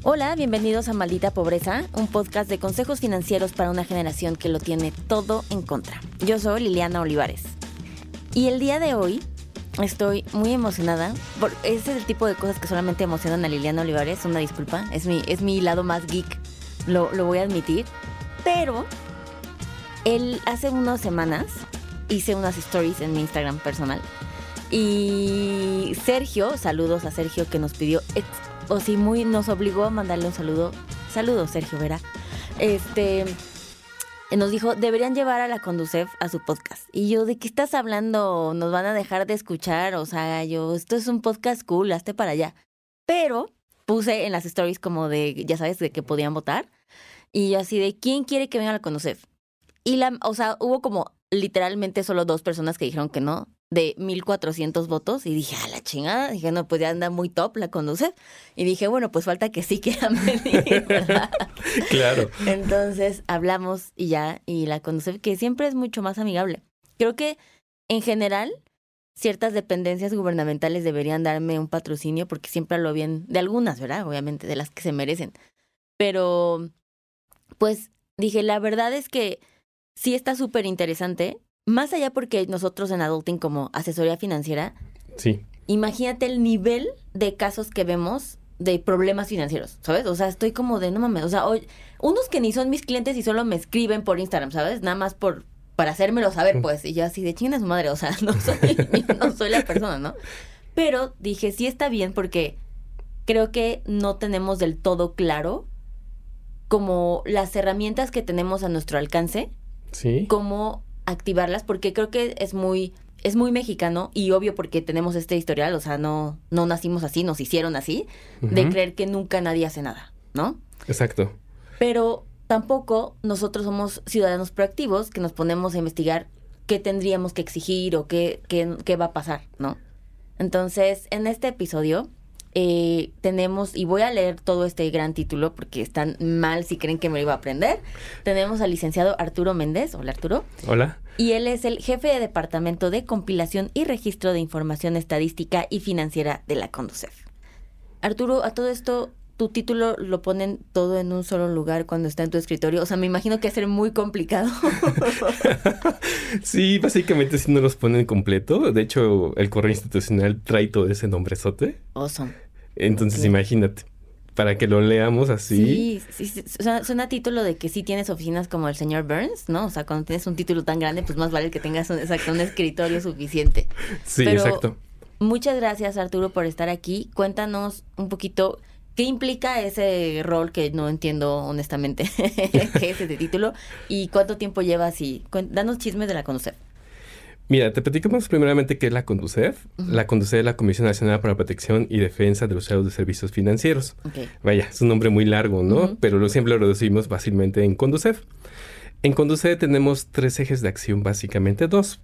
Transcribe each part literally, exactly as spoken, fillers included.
Hola, bienvenidos a Maldita Pobreza, un podcast de consejos financieros para una generación que lo tiene todo en contra. Yo soy Liliana Olivares. Y el día de hoy estoy muy emocionada. Por, ese es el tipo de cosas que solamente emocionan a Liliana Olivares. Una disculpa, es mi, es mi lado más geek, lo, lo voy a admitir. Pero él, hace unas semanas hice unas stories en mi Instagram personal. Y Sergio, saludos a Sergio que nos pidió... O si muy nos obligó a mandarle un saludo. Saludos, Sergio Vera. Este nos dijo, deberían llevar a la Conducef a su podcast. Y yo, ¿de qué estás hablando? Nos van a dejar de escuchar. O sea, yo, esto es un podcast cool, hazte para allá. Pero puse en las stories como de, ya sabes, de que podían votar. Y yo así de, ¿quién quiere que venga a la Conducef? Y la, o sea, hubo como literalmente solo dos personas que dijeron que no, de mil cuatrocientos votos, y dije, a la chingada, dije, no, pues ya anda muy top la Conducef, y dije, bueno, pues falta que sí quieran venir, ¿verdad? Claro. Entonces hablamos y ya, y la Conducef, que siempre es mucho más amigable. Creo que, en general, ciertas dependencias gubernamentales deberían darme un patrocinio, porque siempre hablo bien de algunas, ¿verdad? Obviamente, de las que se merecen. Pero, pues, dije, la verdad es que sí está súper interesante. Más allá porque nosotros en Adulting como asesoría financiera, sí. Imagínate el nivel de casos que vemos de problemas financieros, ¿sabes? O sea, estoy como de, no mames, o sea, hoy, unos que ni son mis clientes y solo me escriben por Instagram, ¿sabes? Nada más por para hacérmelo saber, pues, y yo así de chinga su madre, o sea, no soy, no soy la persona, ¿no? Pero dije, sí está bien porque creo que no tenemos del todo claro como las herramientas que tenemos a nuestro alcance, sí. Cómo activarlas, porque creo que es muy es muy mexicano y obvio porque tenemos este historial, o sea, no no nacimos así, nos hicieron así, uh-huh. de creer que nunca nadie hace nada, ¿no? Exacto. Pero tampoco nosotros somos ciudadanos proactivos que nos ponemos a investigar qué tendríamos que exigir o qué qué, qué va a pasar, ¿no? Entonces, en este episodio Eh, tenemos, y voy a leer todo este gran título porque están mal si creen que me lo iba a aprender. Tenemos al licenciado Arturo Méndez. Hola, Arturo. Hola. Y él es el jefe de Departamento de Compilación y Registro de Información Estadística y Financiera de la Conducef. Arturo, a todo esto, tu título lo ponen todo en un solo lugar cuando está en tu escritorio. O sea, me imagino que va a ser muy complicado. Sí, básicamente sí no los ponen completo. De hecho, el correo institucional trae todo ese nombrezote. Awesome. Entonces, okay. Imagínate, para que lo leamos así. Sí, sí, sí, suena, suena a título de que sí tienes oficinas como el señor Burns, ¿no? O sea, cuando tienes un título tan grande, pues más vale que tengas un, exacto, un escritorio suficiente. Sí, Pero exacto. Muchas gracias, Arturo, por estar aquí. Cuéntanos un poquito qué implica ese rol que no entiendo honestamente, qué es ese título, y cuánto tiempo llevas y cuen- danos chismes de la Conducef. Mira, te platicamos primeramente qué es la Conducef. Uh-huh. La Conducef es la Comisión Nacional para la Protección y Defensa de los Usuarios de Servicios Financieros. Okay. Vaya, es un nombre muy largo, ¿no? Uh-huh. Pero lo siempre lo reducimos fácilmente en Conducef. En Conducef tenemos tres ejes de acción, básicamente dos.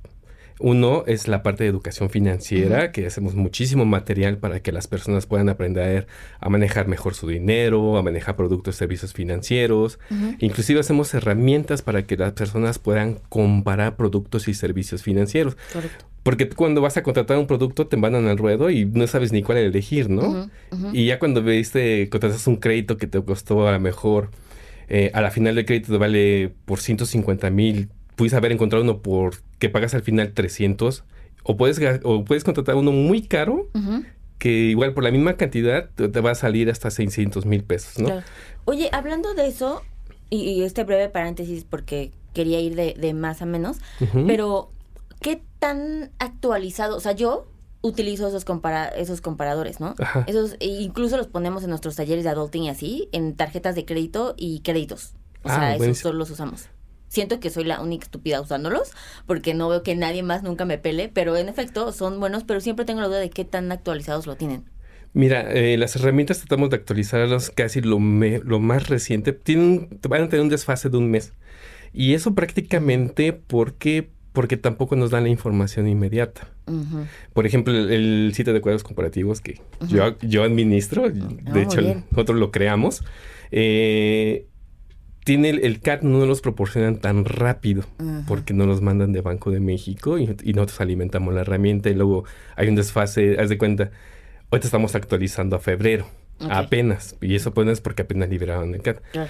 Uno es la parte de educación financiera, uh-huh. que hacemos muchísimo material para que las personas puedan aprender a manejar mejor su dinero, a manejar productos y servicios financieros. Uh-huh. Inclusive hacemos herramientas para que las personas puedan comparar productos y servicios financieros. Correcto. Porque cuando vas a contratar un producto te mandan al ruedo y no sabes ni cuál elegir, ¿no? Uh-huh. Uh-huh. Y ya cuando viste, contratas un crédito que te costó a lo mejor, eh, a la final del crédito te vale por ciento cincuenta mil, puedes haber encontrado uno por que pagas al final trescientos, o puedes, o puedes contratar uno muy caro, uh-huh. que igual por la misma cantidad te, te va a salir hasta seiscientos mil pesos, ¿no? Claro. Oye, hablando de eso, y, y este breve paréntesis porque quería ir de, de más a menos, uh-huh. pero ¿qué tan actualizado? O sea, yo utilizo esos compara esos comparadores, ¿no? Ajá. Esos, e incluso los ponemos en nuestros talleres de adulting y así, en tarjetas de crédito y créditos. O ah, sea, buenísimo. esos solo los usamos. Siento que soy la única estúpida usándolos, porque no veo que nadie más nunca me pele, pero en efecto son buenos, pero siempre tengo la duda de qué tan actualizados lo tienen. Mira, eh, las herramientas tratamos de actualizarlas casi lo, me, lo más reciente. Tienen, van a tener un desfase de un mes. Y eso prácticamente porque, porque tampoco nos dan la información inmediata. Uh-huh. Por ejemplo, el, el sitio de cuadros comparativos que uh-huh. yo, yo administro, uh-huh. de oh, hecho el, nosotros lo creamos, eh... Tiene el, el C A T, no nos los proporcionan tan rápido, uh-huh. porque no los mandan de Banco de México y, y nosotros alimentamos la herramienta y luego hay un desfase, haz de cuenta, ahorita estamos actualizando a febrero. Okay. Apenas. Y eso apenas porque apenas liberaron el C A T. Claro.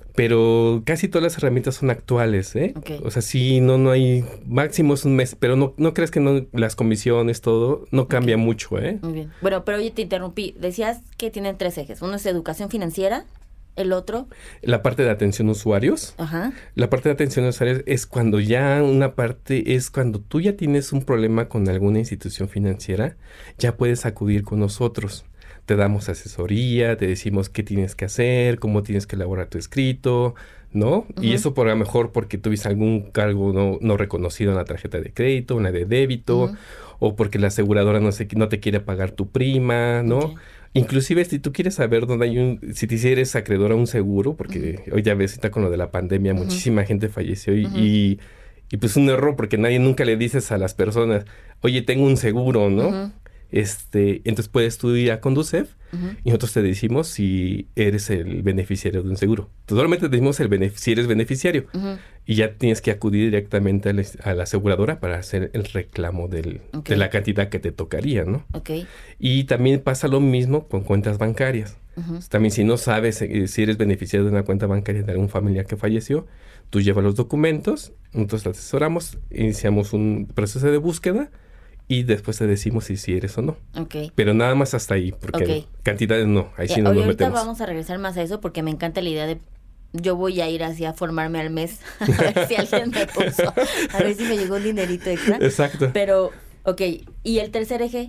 Pero casi todas las herramientas son actuales, ¿eh? Okay. O sea, sí, no, no hay... Máximo es un mes, pero no, no crees que no, las comisiones, todo, no cambia okay. mucho, ¿eh? Muy bien. Bueno, pero oye, te interrumpí. Decías que tienen tres ejes. Uno es educación financiera, el otro... La parte de atención a usuarios. Ajá. La parte de atención a usuarios es cuando ya una parte, es cuando tú ya tienes un problema con alguna institución financiera, ya puedes acudir con nosotros. Te damos asesoría, te decimos qué tienes que hacer, cómo tienes que elaborar tu escrito, ¿no? Uh-huh. Y eso por lo mejor porque tuviste algún cargo no, no reconocido en la tarjeta de crédito, en la de débito, uh-huh. o porque la aseguradora no, se, no te quiere pagar tu prima, ¿no? Okay. Inclusive si tú quieres saber dónde hay un, si te eres acreedor a un seguro, porque uh-huh. hoy ya ves, está con lo de la pandemia, uh-huh. muchísima gente falleció y, uh-huh. y, y pues un error porque nadie nunca le dices a las personas, oye, tengo un seguro, ¿no? Uh-huh. Este, entonces puedes tú ir a Conducef uh-huh. y nosotros te decimos si eres el beneficiario de un seguro. Totalmente te decimos el benef- si eres beneficiario uh-huh. y ya tienes que acudir directamente a la, a la aseguradora para hacer el reclamo del, okay. de la cantidad que te tocaría, ¿no? Okay. Y también pasa lo mismo con cuentas bancarias. Uh-huh. También si no sabes eh, si eres beneficiario de una cuenta bancaria de algún familiar que falleció, tú llevas los documentos, nosotros te asesoramos, iniciamos un proceso de búsqueda y después te decimos si, si eres o no. Okay. Pero nada más hasta ahí, porque okay. cantidades no, ahí sí eh, no nos ahorita metemos. Vamos a regresar más a eso porque me encanta la idea de yo voy a ir así a formarme al mes a ver si alguien me puso, a ver si me llegó un dinerito extra. Exacto. Pero, ok, ¿y el tercer eje?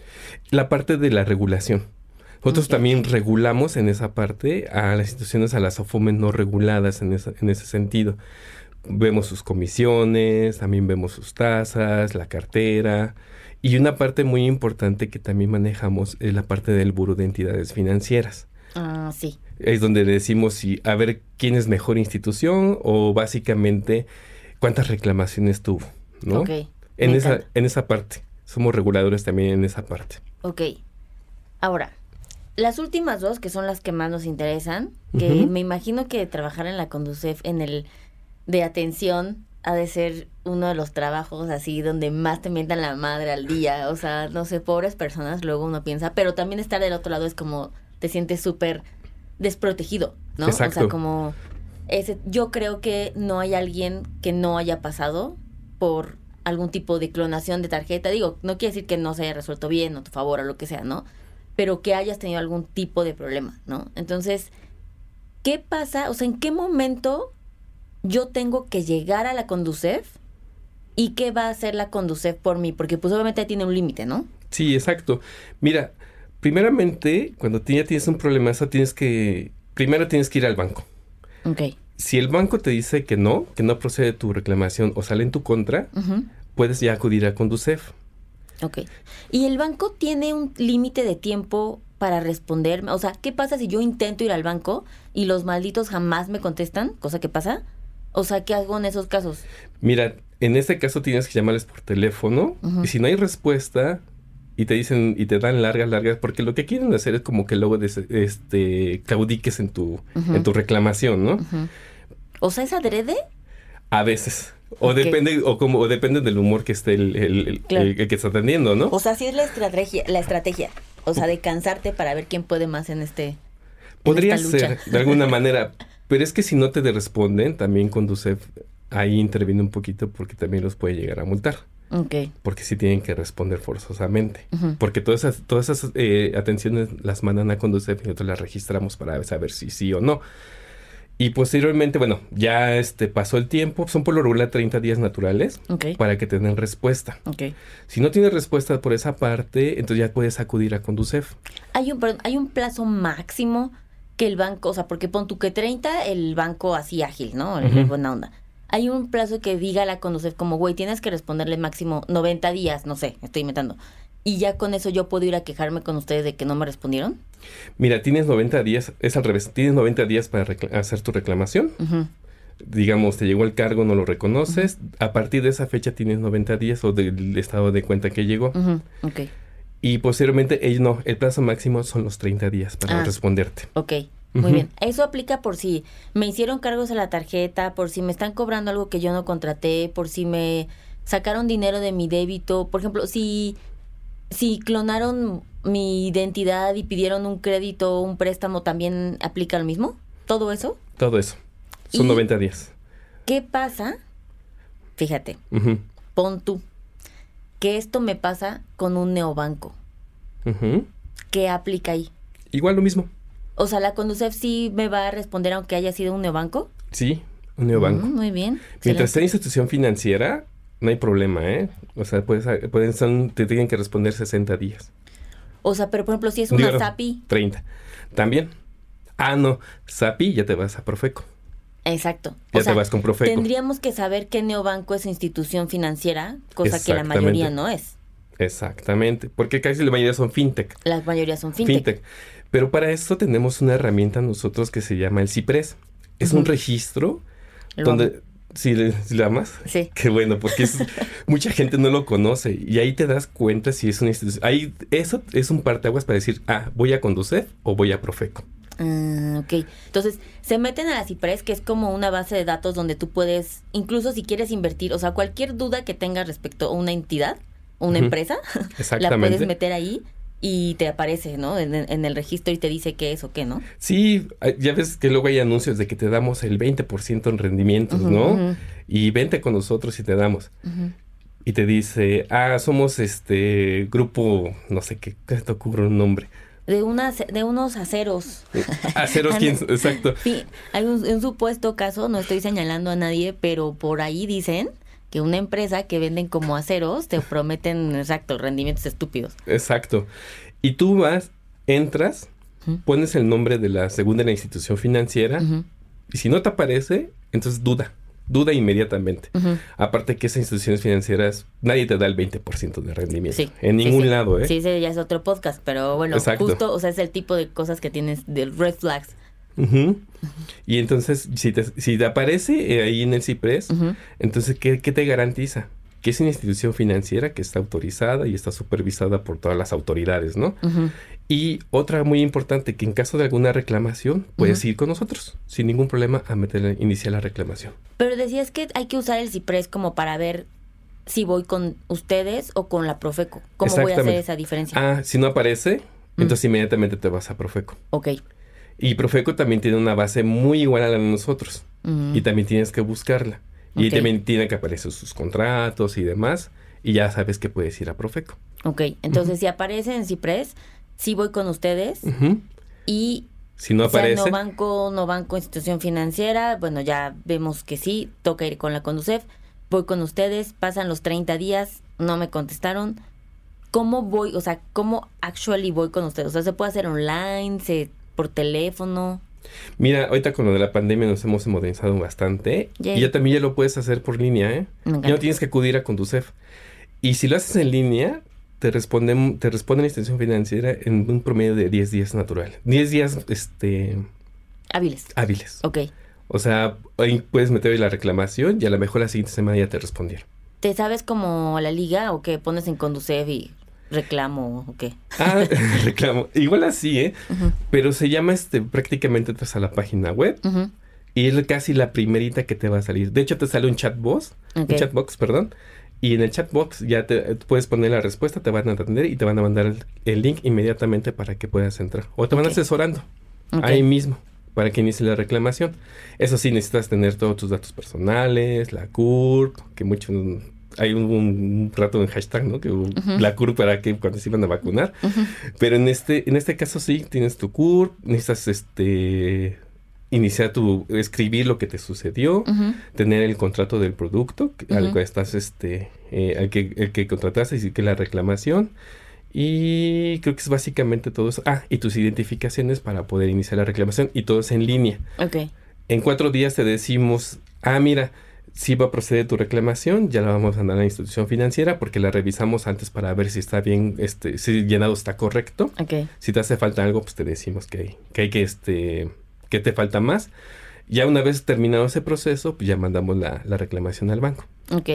La parte de la regulación. Nosotros okay. también regulamos en esa parte a las instituciones, a las AFOME no reguladas en, esa, en ese sentido. Vemos sus comisiones, también vemos sus tasas, la cartera. Y una parte muy importante que también manejamos es la parte del Buró de Entidades Financieras. Ah, sí. Es donde decimos si a ver quién es mejor institución o básicamente cuántas reclamaciones tuvo, ¿no? Ok. En esa, en esa parte. Somos reguladores también en esa parte. Ok. Ahora, las últimas dos, que son las que más nos interesan, que uh-huh. me imagino que trabajar en la Conducef en el de atención ha de ser uno de los trabajos así donde más te mientan la madre al día. O sea, no sé, pobres personas, luego uno piensa, pero también estar del otro lado es como te sientes súper desprotegido, ¿no? Exacto. O sea, como ese, yo creo que no hay alguien que no haya pasado por algún tipo de clonación de tarjeta. Digo, no quiere decir que no se haya resuelto bien o a tu favor o lo que sea, ¿no? Pero que hayas tenido algún tipo de problema, ¿no? Entonces, ¿qué pasa? O sea, ¿en qué momento yo tengo que llegar a la Conducef y qué va a hacer la Conducef por mí? Porque pues obviamente tiene un límite, ¿no? Sí, exacto. Mira, primeramente, cuando ya tienes un problema, eso tienes que... Primero tienes que ir al banco. Ok. Si el banco te dice que no, que no procede tu reclamación o sale en tu contra, uh-huh. puedes ya acudir a Conducef. Ok. ¿Y el banco tiene un límite de tiempo para responderme? O sea, ¿qué pasa si yo intento ir al banco y los malditos jamás me contestan? ¿Cosa que pasa? O sea, ¿qué hago en esos casos? Mira, en este caso tienes que llamarles por teléfono uh-huh. y si no hay respuesta y te dicen y te dan largas, largas, porque lo que quieren hacer es como que luego des, este claudiques en tu uh-huh. en tu reclamación, ¿no? Uh-huh. O sea, ¿es adrede? A veces. O okay. depende o como o depende del humor que esté el, el, el, claro. el, el que está atendiendo, ¿no? O sea, sí es la estrategia, la estrategia. O sea, de cansarte para ver quién puede más en este Podría en esta lucha. ser, de alguna manera. Pero es que si no te responden, también Conducef ahí interviene un poquito porque también los puede llegar a multar. Okay. Porque sí tienen que responder forzosamente. Uh-huh. Porque todas esas, todas esas eh, atenciones las mandan a Conducef y nosotros las registramos para saber si sí o no. Y posteriormente, bueno, ya este pasó el tiempo. Son por lo regular treinta días naturales okay. para que te den respuesta. Okay. Si no tienes respuesta por esa parte, entonces ya puedes acudir a Conducef. Hay un, perdón, hay un plazo máximo que el banco, o sea, porque pon tú que treinta, el banco así ágil, ¿no? Uh-huh. En buena onda. Hay un plazo que diga la Conducef como, güey, tienes que responderle máximo noventa días, no sé, estoy inventando. Y ya con eso yo puedo ir a quejarme con ustedes de que no me respondieron. Mira, tienes noventa días, es al revés, tienes noventa días para recla- hacer tu reclamación. Uh-huh. Digamos, te llegó el cargo, no lo reconoces. Uh-huh. A partir de esa fecha tienes noventa días o del estado de cuenta que llegó. Uh-huh. Okay. Y posteriormente, eh, no, el plazo máximo son los treinta días para ah, responderte. Ok, muy uh-huh. bien. Eso aplica por si me hicieron cargos a la tarjeta, por si me están cobrando algo que yo no contraté, por si me sacaron dinero de mi débito. Por ejemplo, si, si clonaron mi identidad y pidieron un crédito o un préstamo, ¿también aplica lo mismo? ¿Todo eso? Todo eso. Son noventa días. ¿Qué pasa? Fíjate, Uh-huh. pon tú que esto me pasa con un neobanco. Uh-huh. ¿Qué aplica ahí? Igual lo mismo. O sea, ¿la Conducef sí me va a responder aunque haya sido un neobanco? Sí, un neobanco. Mm, muy bien. Mientras sea Excelente. institución financiera, no hay problema, ¿eh? O sea, puedes, pueden, son, te tienen que responder sesenta días. O sea, pero por ejemplo, si es una Digo, SAPI. treinta. También. Ah, no. SAPI ya te vas a Profeco. Exacto. Ya O sea, te vas con Profeco. tendríamos que saber qué neobanco es institución financiera, cosa que la Exactamente. mayoría no es. Exactamente. Porque casi la mayoría son fintech. Las mayorías son fintech. Fintech. Pero para esto tenemos una herramienta nosotros que se llama el CIPRES. Es Ujú. un registro Lo donde... amo. ¿Sí, le, sí lo amas? Sí. Qué bueno, porque es, mucha gente no lo conoce. Y ahí te das cuenta si es una institución. Ahí, eso es un parteaguas para decir, ah, ¿voy a Conducef o voy a Profeco? Ah, ok. Entonces, se meten a la CIPRES, que es como una base de datos donde tú puedes, incluso si quieres invertir, o sea, cualquier duda que tengas respecto a una entidad, o una Ujú. empresa, la Exactamente. puedes meter ahí y te aparece, ¿no? En, en el registro y te dice qué es o qué, ¿no? Sí, ya ves que luego hay anuncios de que te damos el veinte por ciento en rendimientos, Ujú, ¿no? ujú. Y vente con nosotros y te damos. Ujú. Y te dice, ah, somos este grupo, no sé qué, ¿qué te ocurre un nombre? De, unas, de unos aceros. Aceros, ¿quién? Exacto. Sí, hay un, un supuesto caso, no estoy señalando a nadie, pero por ahí dicen que una empresa que venden como aceros te prometen, exacto, rendimientos estúpidos. Exacto. Y tú vas, entras, Ujú. pones el nombre de la segunda de la institución financiera, Ujú, y si no te aparece, entonces duda. Duda inmediatamente. ujú. Aparte que esas instituciones financieras, nadie te da el veinte por ciento de rendimiento. Sí, En sí, ningún sí. lado, ¿eh? Sí, ese ya es otro podcast, pero bueno, Exacto. justo, o sea, es el tipo de cosas que tienes de red flags. Ujú. Y entonces, si te, si te aparece eh, ahí en el CIPRES, Ujú. entonces, ¿qué, qué te garantiza? Que es una institución financiera que está autorizada y está supervisada por todas las autoridades, ¿no? Ujú. Y otra muy importante, que en caso de alguna reclamación, puedes Ujú. ir con nosotros, sin ningún problema, a meter, iniciar la reclamación. Pero decías que hay que usar el CIPRES como para ver si voy con ustedes o con la Profeco. ¿Cómo voy a hacer Exactamente. esa diferencia? Ah, si no aparece, entonces inmediatamente te vas a Profeco. Ok. Y Profeco también tiene una base muy igual a la de nosotros. Ujú. Y también tienes que buscarla. Y Ok. también tiene que aparecer sus contratos y demás. Y ya sabes que puedes ir a Profeco. Ok, entonces si aparece en CIPRES, sí voy con ustedes Ujú. y Si no sea aparece, no banco, no banco, institución financiera, bueno, ya vemos que sí, toca ir con la Conducef, voy con ustedes, pasan los treinta días, no me contestaron. ¿Cómo voy? O sea, ¿cómo actually voy con ustedes? O sea, ¿se puede hacer online, se, por teléfono? mira, ahorita con lo de la pandemia nos hemos modernizado bastante. Yay. Y ya también ya lo puedes hacer por línea, ¿eh? Me Ya encanta. no tienes que acudir a Conducef. Y si lo haces en línea, te responden, te responde la institución financiera en un promedio de diez días natural. diez días este, Hábiles. hábiles. Ok. O sea, ahí puedes meter la reclamación y a lo mejor la siguiente semana ya te respondieron. ¿Te sabes como la liga o qué pones en Conducef y reclamo o qué? Ah, reclamo. Igual así, ¿eh? Ujú, Pero se llama este, prácticamente entras a la página web ujú. y es casi la primerita que te va a salir. De hecho, te sale un chatbox, Ok. un chatbox, perdón. Y en el chatbox ya te puedes poner la respuesta, te van a atender y te van a mandar el, el link inmediatamente para que puedas entrar. O te van Ok. asesorando Ok. ahí mismo para que inicie la reclamación. Eso sí, necesitas tener todos tus datos personales, la C U R P, que muchos... Hay un, un rato en hashtag, ¿no? Que Ujú. la C U R P para que cuando se iban a vacunar. Ujú. Pero en este, en este caso sí, tienes tu C U R P, necesitas este iniciar tu, escribir lo que te sucedió, Ujú. tener el contrato del producto que- al Ujú. que estás, este, eh, al que, el que contrataste y que la reclamación. Y creo que es básicamente todo eso. Ah, y tus identificaciones para poder iniciar la reclamación y todo es en línea. Ok. En cuatro días te decimos, ah, mira, si va a proceder tu reclamación, ya la vamos a mandar a la institución financiera porque la revisamos antes para ver si está bien, este, si el llenado está correcto. Ok. Si te hace falta algo, pues te decimos que hay que, hay que, este, que te falta más. Ya una vez terminado ese proceso, pues ya mandamos la, la reclamación al banco. Ok.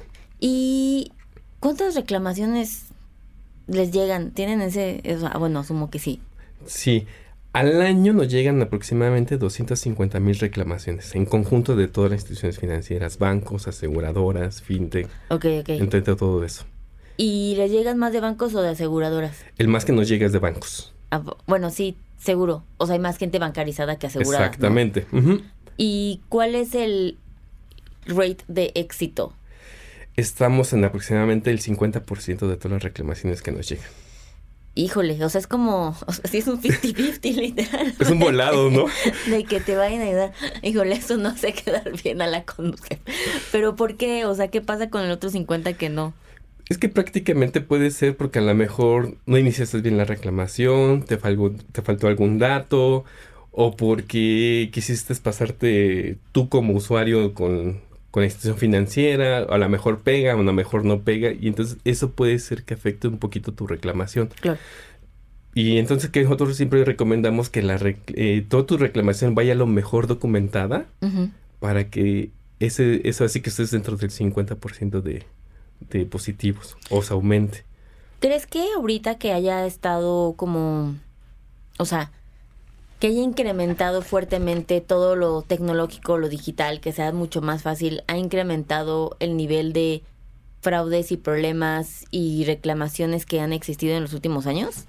¿Y cuántas reclamaciones les llegan? ¿Tienen ese...? eso? Ah, bueno, asumo que sí. Sí, al año nos llegan aproximadamente doscientas cincuenta mil reclamaciones en conjunto de todas las instituciones financieras, bancos, aseguradoras, fintech, Ok, ok. entre todo eso. ¿Y les llegan más de bancos o de aseguradoras? El más que nos llega es de bancos. Ah, bueno, sí, seguro. O sea, hay más gente bancarizada que asegurada. Exactamente. ¿No? Uh-huh. ¿Y cuál es el rate de éxito? Estamos en aproximadamente el cincuenta por ciento de todas las reclamaciones que nos llegan. Híjole, o sea, es como, o sea, sí es un cincuenta cincuenta literal. Es un volado, ¿no? De que te vayan a ayudar. Híjole, eso no hace quedar bien a la Conducef. Pero ¿por qué? O sea, ¿qué pasa con el otro cincuenta que no? Es que prácticamente puede ser porque a lo mejor no iniciaste bien la reclamación, te, falgó, te faltó algún dato, o porque quisiste pasarte tú como usuario con, con la institución financiera, a lo mejor pega, o a lo mejor no pega, y entonces eso puede ser que afecte un poquito tu reclamación. Claro. Y entonces que nosotros siempre recomendamos que la rec- eh, toda tu reclamación vaya lo mejor documentada, uh-huh, para que ese eso así que estés dentro del cincuenta por ciento de... de positivos, o se aumente. ¿Crees que ahorita que haya estado como, o sea, que haya incrementado fuertemente todo lo tecnológico, lo digital, que sea mucho más fácil, ha incrementado el nivel de fraudes y problemas y reclamaciones que han existido en los últimos años?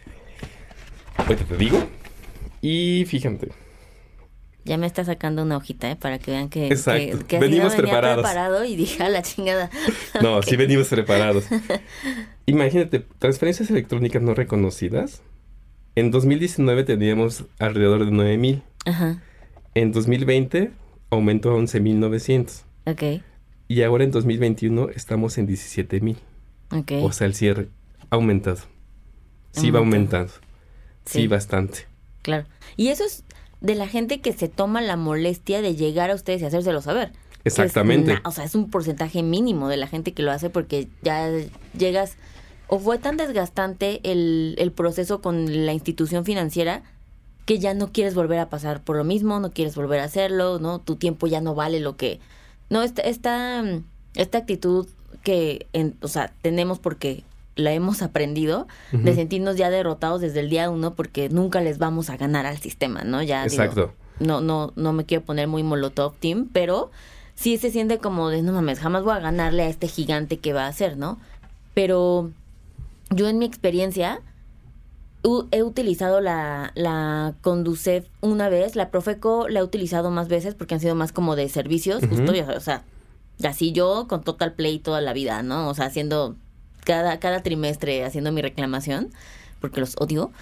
Ahorita te digo. Y fíjate. Ya me está sacando una hojita, ¿eh? Para que vean que... Exacto. Que, que venimos venía preparados. preparado y dije, a la chingada. No, Okay. Sí venimos preparados. Imagínate, transferencias electrónicas no reconocidas. En dos mil diecinueve teníamos alrededor de nueve mil. Ajá. En dos mil veinte aumentó a once mil novecientos. Ok. Y ahora en dos mil veintiuno estamos en diecisiete mil. Ok. O sea, el cierre ha aumentado. Sí Aumentó. va aumentando. Sí, Sí, bastante. Claro. Y eso es de la gente que se toma la molestia de llegar a ustedes y hacérselo saber. Exactamente. Es na- o sea, es un porcentaje mínimo de la gente que lo hace porque ya llegas... O fue tan desgastante el, el proceso con la institución financiera que ya no quieres volver a pasar por lo mismo, no quieres volver a hacerlo, ¿no? Tu tiempo ya no vale lo que... No, esta, esta, esta actitud que, en, o sea, tenemos porque la hemos aprendido, uh-huh, de sentirnos ya derrotados desde el día uno porque nunca les vamos a ganar al sistema, ¿no? Ya Exacto. Digo, no, no, no me quiero poner muy Molotov Team, pero sí se siente como de, no mames, jamás voy a ganarle a este gigante que va a hacer, ¿no? Pero yo en mi experiencia u- he utilizado la, la Conducef una vez, la Profeco la he utilizado más veces porque han sido más como de servicios, uh-huh, justo, o sea, así yo con Total Play toda la vida, ¿no? O sea, haciendo cada, cada trimestre haciendo mi reclamación, porque los odio.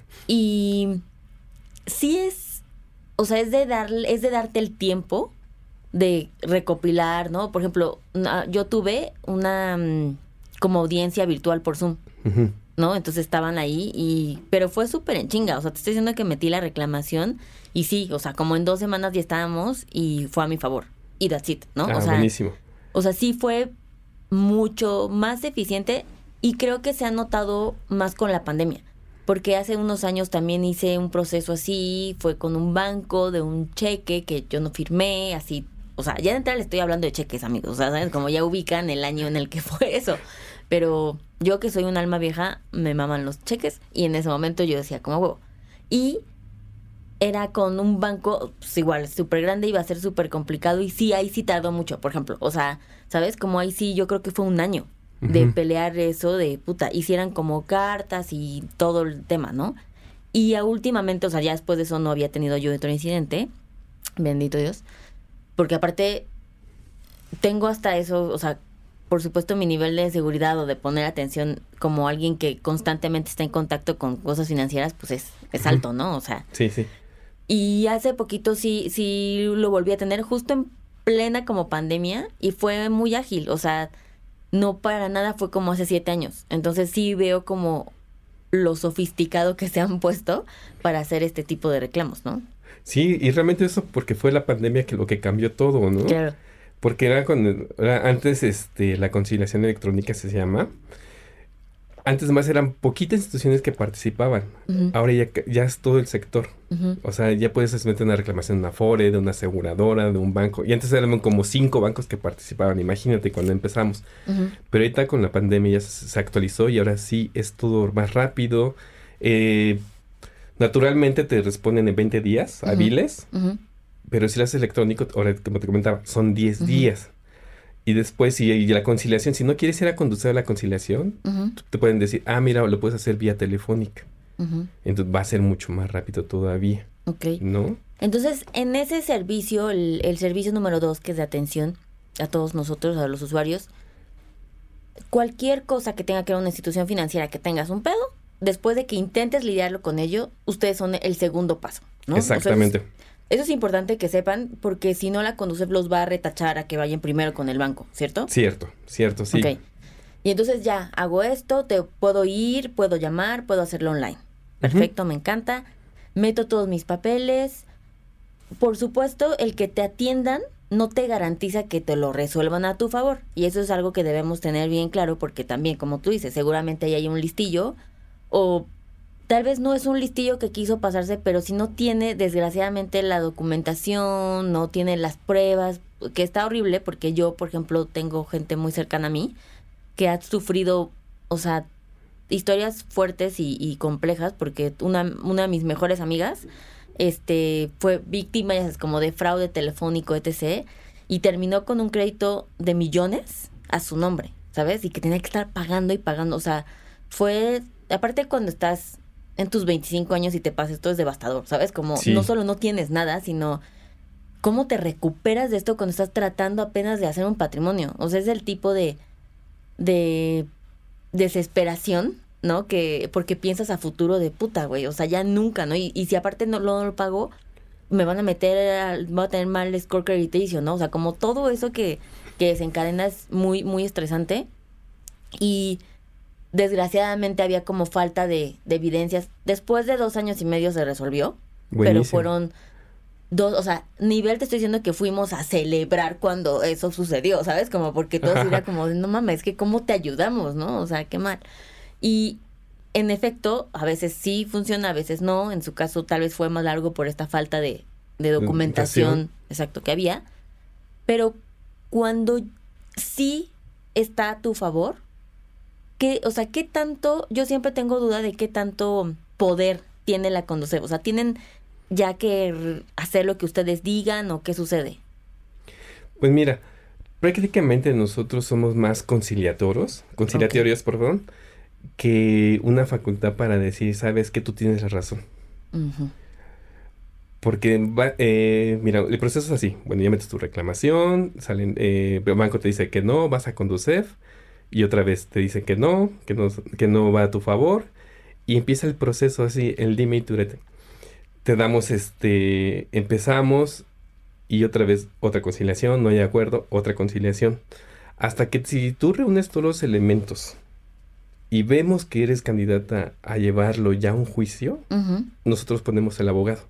Y sí es, o sea, es de darle, es de darte el tiempo de recopilar, ¿no? Por ejemplo, una, yo tuve una um, como audiencia virtual por Zoom, uh-huh, ¿no? Entonces estaban ahí y... Pero fue súper en chinga, o sea, te estoy diciendo que metí la reclamación y sí, o sea, como en dos semanas ya estábamos y fue a mi favor. Y that's it, ¿no? Ah, o sea, buenísimo. O sea, sí fue mucho más eficiente y creo que se ha notado más con la pandemia. Porque hace unos años también hice un proceso así, fue con un banco de un cheque que yo no firmé, así... O sea, ya de entrada le estoy hablando de cheques, amigos. O sea, ¿sabes? Como ya ubican el año en el que fue eso. Pero yo que soy un alma vieja, me maman los cheques. Y en ese momento yo decía, como huevo. Y era con un banco, pues igual, súper grande, iba a ser súper complicado. Y sí, ahí sí tardó mucho, por ejemplo. O sea, ¿sabes? Como ahí sí, yo creo que fue un año de uh-huh, pelear eso, de puta, hicieran como cartas y todo el tema, ¿no? Y ya últimamente, o sea, ya después de eso no había tenido yo otro incidente. Bendito Dios. Porque aparte, tengo hasta eso, o sea, por supuesto mi nivel de seguridad o de poner atención como alguien que constantemente está en contacto con cosas financieras, pues es, es uh-huh, alto, ¿no? O sea. Sí, sí. Y hace poquito sí, sí lo volví a tener justo en plena como pandemia y fue muy ágil, o sea, no para nada fue como hace siete años. Entonces sí veo como lo sofisticado que se han puesto para hacer este tipo de reclamos, ¿no? Sí, y realmente eso porque fue la pandemia que lo que cambió todo, ¿no? Claro. Porque era cuando era antes este la conciliación electrónica se llama. Antes más eran poquitas instituciones que participaban. Uh-huh. Ahora ya, ya es todo el sector. Uh-huh. O sea, ya puedes meter una reclamación de una Afore, de una aseguradora, de un banco. Y antes eran como cinco bancos que participaban. Imagínate cuando empezamos. Uh-huh. Pero ahorita con la pandemia ya se, se actualizó y ahora sí es todo más rápido. Eh, naturalmente te responden en veinte días uh-huh, hábiles. Uh-huh. Pero si lo haces electrónico, ahora como te comentaba, son diez uh-huh, días. Y después, y, y la conciliación, si no quieres ir a conducir a la conciliación, Uh-huh. te pueden decir, ah, mira, lo puedes hacer vía telefónica. Uh-huh. Entonces va a ser mucho más rápido todavía, Ok. ¿no? Entonces, en ese servicio, el, el servicio número dos, que es de atención a todos nosotros, a los usuarios, cualquier cosa que tenga que ver con una institución financiera que tengas un pedo, después de que intentes lidiarlo con ello, ustedes son el segundo paso, ¿no? Exactamente. O sea, eso, es, eso es importante que sepan, porque si no, la Conducef los va a retachar a que vayan primero con el banco, ¿cierto? Cierto, cierto, sí. Ok. Y entonces ya, hago esto, te puedo ir, puedo llamar, puedo hacerlo online. Perfecto, uh-huh. Me encanta. Meto todos mis papeles. Por supuesto, el que te atiendan no te garantiza que te lo resuelvan a tu favor. Y eso es algo que debemos tener bien claro, porque también, como tú dices, seguramente ahí hay un listillo, o tal vez no es un listillo que quiso pasarse, pero si no tiene, desgraciadamente, la documentación, no tiene las pruebas, que está horrible, porque yo, por ejemplo, tengo gente muy cercana a mí que ha sufrido, o sea, historias fuertes y, y complejas, porque una, una de mis mejores amigas este fue víctima, ya sabes, como de fraude telefónico, etcétera, y terminó con un crédito de millones a su nombre, ¿sabes? Y que tenía que estar pagando y pagando, o sea, fue, aparte cuando estás en tus veinticinco años y te pasa esto, es devastador, ¿sabes? Como sí. No solo no tienes nada, sino cómo te recuperas de esto cuando estás tratando apenas de hacer un patrimonio. O sea, es el tipo de de desesperación, ¿no? Que porque piensas a futuro de puta, güey, o sea, ya nunca, ¿no? Y, y si aparte no lo, no lo pago, me van a meter, a, voy a tener mal score crediticio, ¿no? O sea, como todo eso que, que desencadena es muy, muy estresante. Y desgraciadamente había como falta de, de evidencias. Después de dos años y medio se resolvió, buenísimo. Pero fueron dos, o sea, nivel te estoy diciendo que fuimos a celebrar cuando eso sucedió, ¿sabes? Como porque todos era como, no mames, que cómo te ayudamos, ¿no? O sea, qué mal. Y en efecto, a veces sí funciona, a veces no. En su caso tal vez fue más largo por esta falta de, de documentación, exacto, que había. Pero cuando sí está a tu favor, ¿qué, o sea, qué tanto, yo siempre tengo duda de qué tanto poder tiene la Conducef? O sea, ¿tienen ya que hacer lo que ustedes digan o qué sucede? Pues mira, prácticamente nosotros somos más conciliatorios, conciliatorios, okay. perdón, que una facultad para decir, sabes que tú tienes la razón. Uh-huh. Porque, va, eh, mira, el proceso es así. Bueno, ya metes tu reclamación, salen, eh, el banco te dice que no, vas a Conducef, y otra vez te dice que no, que no, que no va a tu favor, y empieza el proceso así, el dime y turete. Te damos, este, empezamos, y otra vez otra conciliación, no hay acuerdo, otra conciliación. Hasta que si tú reúnes todos los elementos y vemos que eres candidata a llevarlo ya a un juicio, uh-huh. nosotros ponemos el abogado.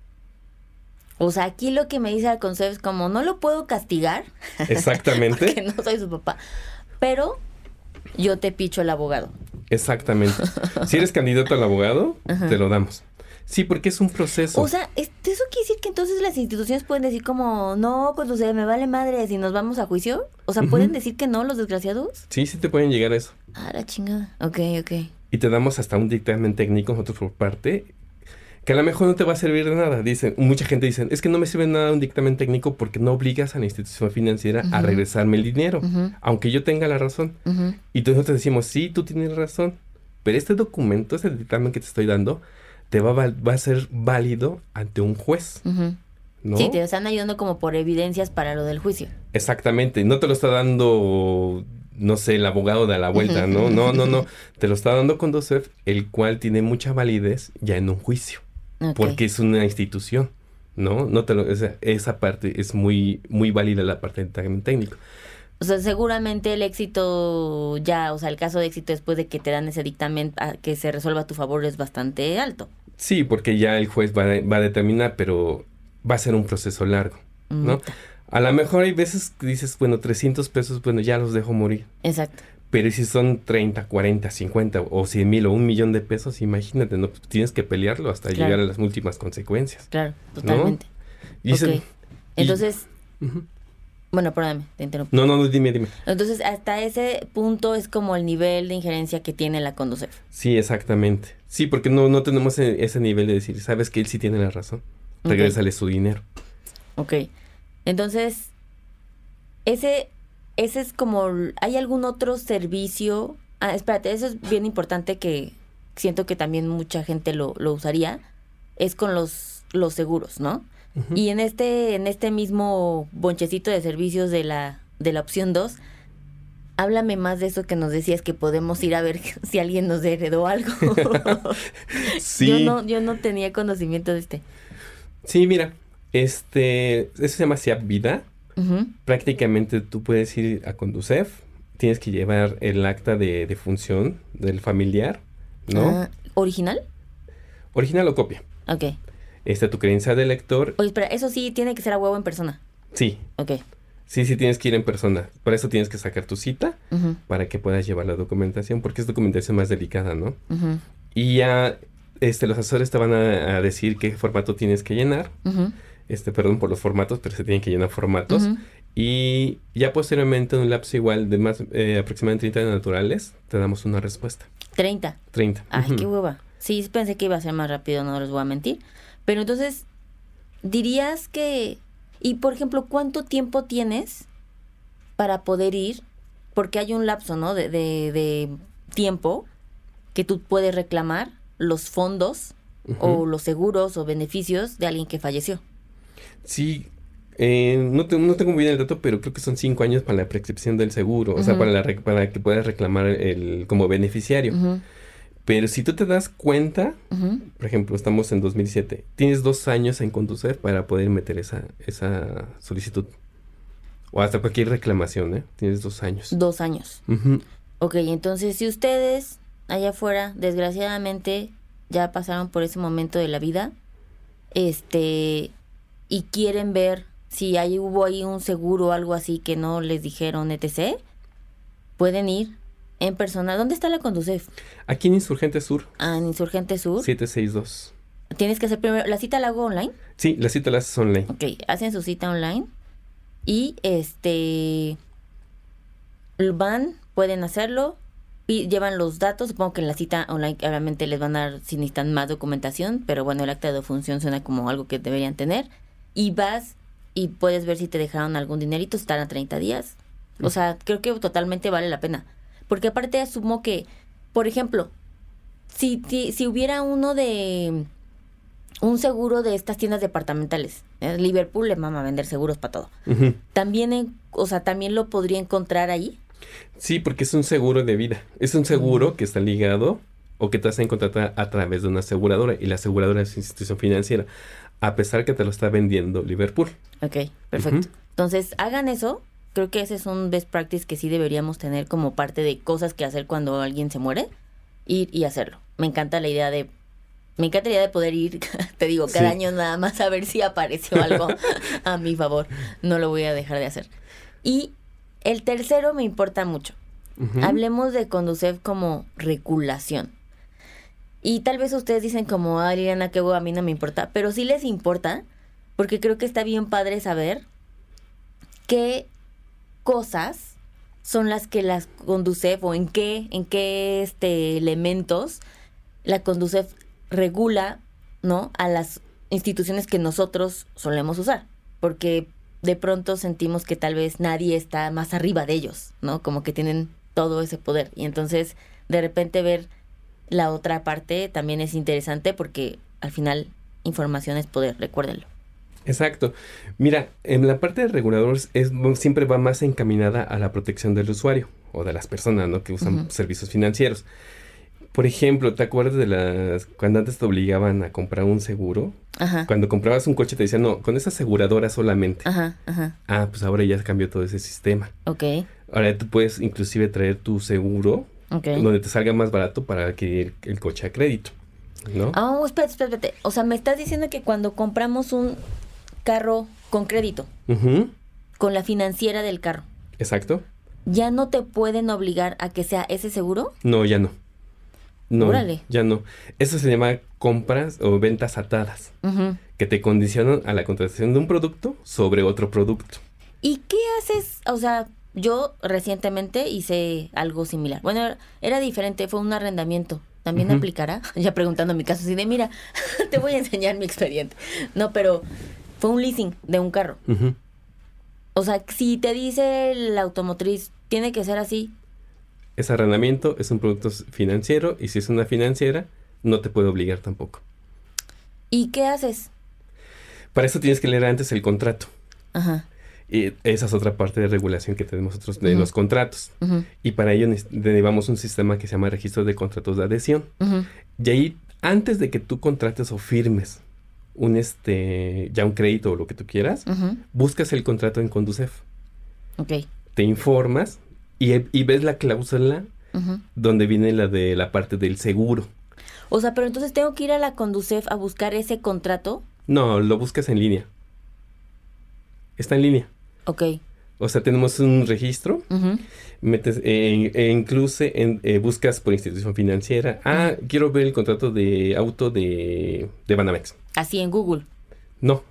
O sea, aquí lo que me dice el Conducef es como, no lo puedo castigar. Exactamente. Porque no soy su papá. Pero yo te picho el abogado. Exactamente. Si eres candidato al abogado, uh-huh. te lo damos. Sí, porque es un proceso. O sea, ¿eso quiere decir que entonces las instituciones pueden decir como, no, Conducef, me vale madre si nos vamos a juicio? O sea, ¿pueden uh-huh. decir que no los desgraciados? Sí, sí te pueden llegar a eso. Ah, la chingada. Ok, ok. Y te damos hasta un dictamen técnico nosotros por parte, que a lo mejor no te va a servir de nada. Dicen, mucha gente dice, es que no me sirve nada un dictamen técnico porque no obligas a la institución financiera uh-huh. a regresarme el dinero, uh-huh. aunque yo tenga la razón. Uh-huh. Y nosotros te decimos, sí, tú tienes razón, pero este documento, este dictamen que te estoy dando, te va, va a ser válido ante un juez. Uh-huh. ¿No? Sí, te están ayudando como por evidencias para lo del juicio. Exactamente, no te lo está dando, no sé, el abogado de la vuelta, ¿no? No, no, no, te lo está dando Conducef, el cual tiene mucha validez ya en un juicio, okay. porque es una institución, ¿no? No te lo, esa, esa parte es muy, muy válida, la parte del técnico. O sea, seguramente el éxito ya, o sea, el caso de éxito después de que te dan ese dictamen a que se resuelva a tu favor es bastante alto. Sí, porque ya el juez va a, va a determinar, pero va a ser un proceso largo, ¿no? Mm. A lo mejor hay veces que dices, bueno, trescientos pesos, bueno, ya los dejo morir. Exacto. Pero si son treinta, cuarenta, cincuenta o cien mil o un millón de pesos, imagínate, ¿no? Tienes que pelearlo hasta claro. llegar a las últimas consecuencias. Claro, totalmente. ¿No? Y ok. Se, Entonces... Y, uh-huh. Bueno, perdóname, te interrumpo. No, no, no, dime, dime. Entonces, hasta ese punto es como el nivel de injerencia que tiene la Conducef. Sí, exactamente. Sí, porque no, no tenemos ese, ese nivel de decir, sabes que él sí tiene la razón. Regrésale okay. su dinero. Ok. Entonces, ese ese es como, ¿hay algún otro servicio? Ah, espérate, eso es bien importante que siento que también mucha gente lo, lo usaría, es con los, los seguros, ¿no? Uh-huh. Y en este, en este mismo bonchecito de servicios de la, de la opción dos, háblame más de eso que nos decías, que podemos ir a ver si alguien nos heredó algo. Sí. Yo no, yo no tenía conocimiento de este. Sí, mira, este, eso se llama SIAP Vida. Uh-huh. Prácticamente tú puedes ir a Conducef, tienes que llevar el acta de, de función del familiar, ¿no? Uh, ¿Original? Original o copia. Ok. Este, tu credencial de lector. Oye, espera, eso sí tiene que ser a huevo en persona. Sí. Ok. Sí, sí tienes que ir en persona. Por eso tienes que sacar tu cita, uh-huh, para que puedas llevar la documentación, porque es documentación más delicada, ¿no? Uh-huh. Y ya este, los asesores te van a, a decir qué formato tienes que llenar. Uh-huh. Este, perdón por los formatos, pero se tienen que llenar formatos. Uh-huh. Y ya posteriormente, en un lapso igual de más eh, aproximadamente treinta naturales, te damos una respuesta. ¿treinta? treinta. Ay, uh-huh. qué hueva. Sí, pensé que iba a ser más rápido, no les voy a mentir. Pero entonces, dirías que... Y, por ejemplo, ¿cuánto tiempo tienes para poder ir? Porque hay un lapso, ¿no? De, de, de tiempo que tú puedes reclamar los fondos, uh-huh, o los seguros o beneficios de alguien que falleció. Sí, eh, no, te, no tengo muy bien el dato, pero creo que son cinco años para la prescripción del seguro, uh-huh, o sea, para, la, para que puedas reclamar el como beneficiario. Uh-huh. Pero si tú te das cuenta, uh-huh, por ejemplo, estamos en dos mil siete, tienes dos años en Conducef para poder meter esa, esa solicitud. O hasta cualquier reclamación, ¿eh? Tienes dos años. Dos años. Uh-huh. Ok, entonces si ustedes allá afuera, desgraciadamente, ya pasaron por ese momento de la vida, este, y quieren ver si hay, hubo ahí un seguro o algo así que no les dijeron, etcétera, pueden ir en persona. ¿Dónde está la Conducef? Aquí en Insurgente Sur. Ah, en Insurgente Sur. siete seis dos. ¿Tienes que hacer primero, la cita la hago online? Sí, la cita la haces online. Ok, hacen su cita online y este van, pueden hacerlo, y llevan los datos. Supongo que en la cita online obviamente les van a dar si necesitan más documentación, pero bueno, el acta de función suena como algo que deberían tener. Y vas y puedes ver si te dejaron algún dinerito, están a treinta días. O sea, creo que totalmente vale la pena. Porque aparte asumo que, por ejemplo, si, si, si hubiera uno de... un seguro de estas tiendas departamentales, ¿eh? Liverpool le mama vender seguros para todo. Uh-huh. También, en, o sea, también lo podría encontrar ahí. Sí, porque es un seguro de vida. Es un seguro uh-huh, que está ligado o que te hacen contratar a través de una aseguradora, y la aseguradora es una institución financiera, a pesar que te lo está vendiendo Liverpool. Ok, perfecto. Uh-huh. Entonces, hagan eso. Creo que ese es un best practice que sí deberíamos tener como parte de cosas que hacer cuando alguien se muere. Ir y hacerlo. Me encanta la idea de... Me encanta la idea de poder ir, te digo, cada sí. año nada más a ver si apareció algo a mi favor. No lo voy a dejar de hacer. Y el tercero me importa mucho. Uh-huh. Hablemos de Conducef como regulación. Y tal vez ustedes dicen como, ah, Liliana, qué huevo, a mí no me importa. Pero sí les importa, porque creo que está bien padre saber qué cosas son las que las Conducef, o en qué, en qué este, elementos la Conducef regula, ¿no?, a las instituciones que nosotros solemos usar, porque de pronto sentimos que tal vez nadie está más arriba de ellos, ¿no? Como que tienen todo ese poder, y entonces de repente ver la otra parte también es interesante, porque al final información es poder, recuérdenlo. Exacto. Mira, en la parte de reguladores es, siempre va más encaminada a la protección del usuario o de las personas, ¿no?, que usan uh-huh, servicios financieros. Por ejemplo, ¿te acuerdas de las... cuando antes te obligaban a comprar un seguro? Ajá. Cuando comprabas un coche te decían, no, con esa aseguradora solamente. Ajá, ajá. Ah, pues ahora ya cambió todo ese sistema. Ok. Ahora tú puedes inclusive traer tu seguro, okay, donde te salga más barato para adquirir el coche a crédito, ¿no? Ah, oh, espérate, espérate, espérate. O sea, me estás diciendo que cuando compramos un carro con crédito, uh-huh, con la financiera del carro. Exacto. ¿Ya no te pueden obligar a que sea ese seguro? No, ya no. No, órale, ya no. Eso se llama compras o ventas atadas, uh-huh, que te condicionan a la contratación de un producto sobre otro producto. ¿Y qué haces? O sea, yo recientemente hice algo similar. Bueno, era diferente, fue un arrendamiento. ¿También uh-huh, aplicará? Ya preguntando mi caso así de, mira, te voy a enseñar mi expediente. No, pero fue un leasing de un carro. Uh-huh. O sea, si te dice el automotriz, tiene que ser así. Es arrendamiento, es un producto financiero, y si es una financiera, no te puede obligar tampoco. ¿Y qué haces? Para eso tienes que leer antes el contrato. Ajá. Y esa es otra parte de regulación que tenemos nosotros de uh-huh. los contratos. Uh-huh. Y para ello llevamos un sistema que se llama registro de contratos de adhesión. Uh-huh. Y ahí, antes de que tú contrates o firmes un este ya un crédito o lo que tú quieras, uh-huh. buscas el contrato en Conducef. Ok. Te informas y, y ves la cláusula uh-huh. donde viene la de la parte del seguro. O sea, pero entonces tengo que ir a la Conducef a buscar ese contrato. No, lo buscas en línea. Está en línea. Ok. O sea, tenemos un registro, uh-huh. metes, eh, e incluso en, eh, buscas por institución financiera. Ah, uh-huh. quiero ver el contrato de auto de, de Banamex. Así en Google. No.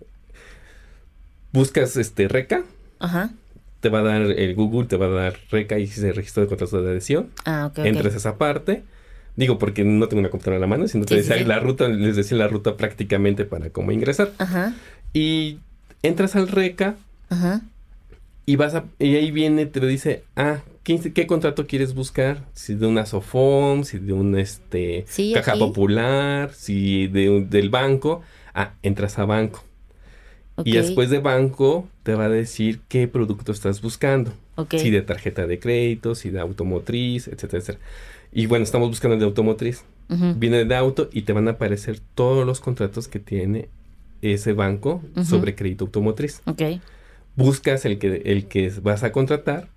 Buscas este RECA. Ajá. Te va a dar el Google, te va a dar RECA y dice registro de contratos de adhesión. Ah, ok. Entras okay. a esa parte. Digo, porque no tengo una computadora a la mano, sino te sí, decía sí, sí. la ruta, les decía la ruta prácticamente para cómo ingresar. Ajá. Y entras al RECA. Ajá. Y vas a, y ahí viene, te dice, ah, ¿qué, qué contrato quieres buscar? Si de una Sofom, si de un este sí, Caja aquí. Popular, si de un, del banco. Ah, entras a banco. Okay. Y después de banco te va a decir qué producto estás buscando. Okay. Si de tarjeta de crédito, si de automotriz, etcétera, etcétera. Y bueno, estamos buscando el de automotriz. Uh-huh. Viene de auto y te van a aparecer todos los contratos que tiene ese banco uh-huh. sobre crédito automotriz. Ok. Buscas el que, el que vas a contratar,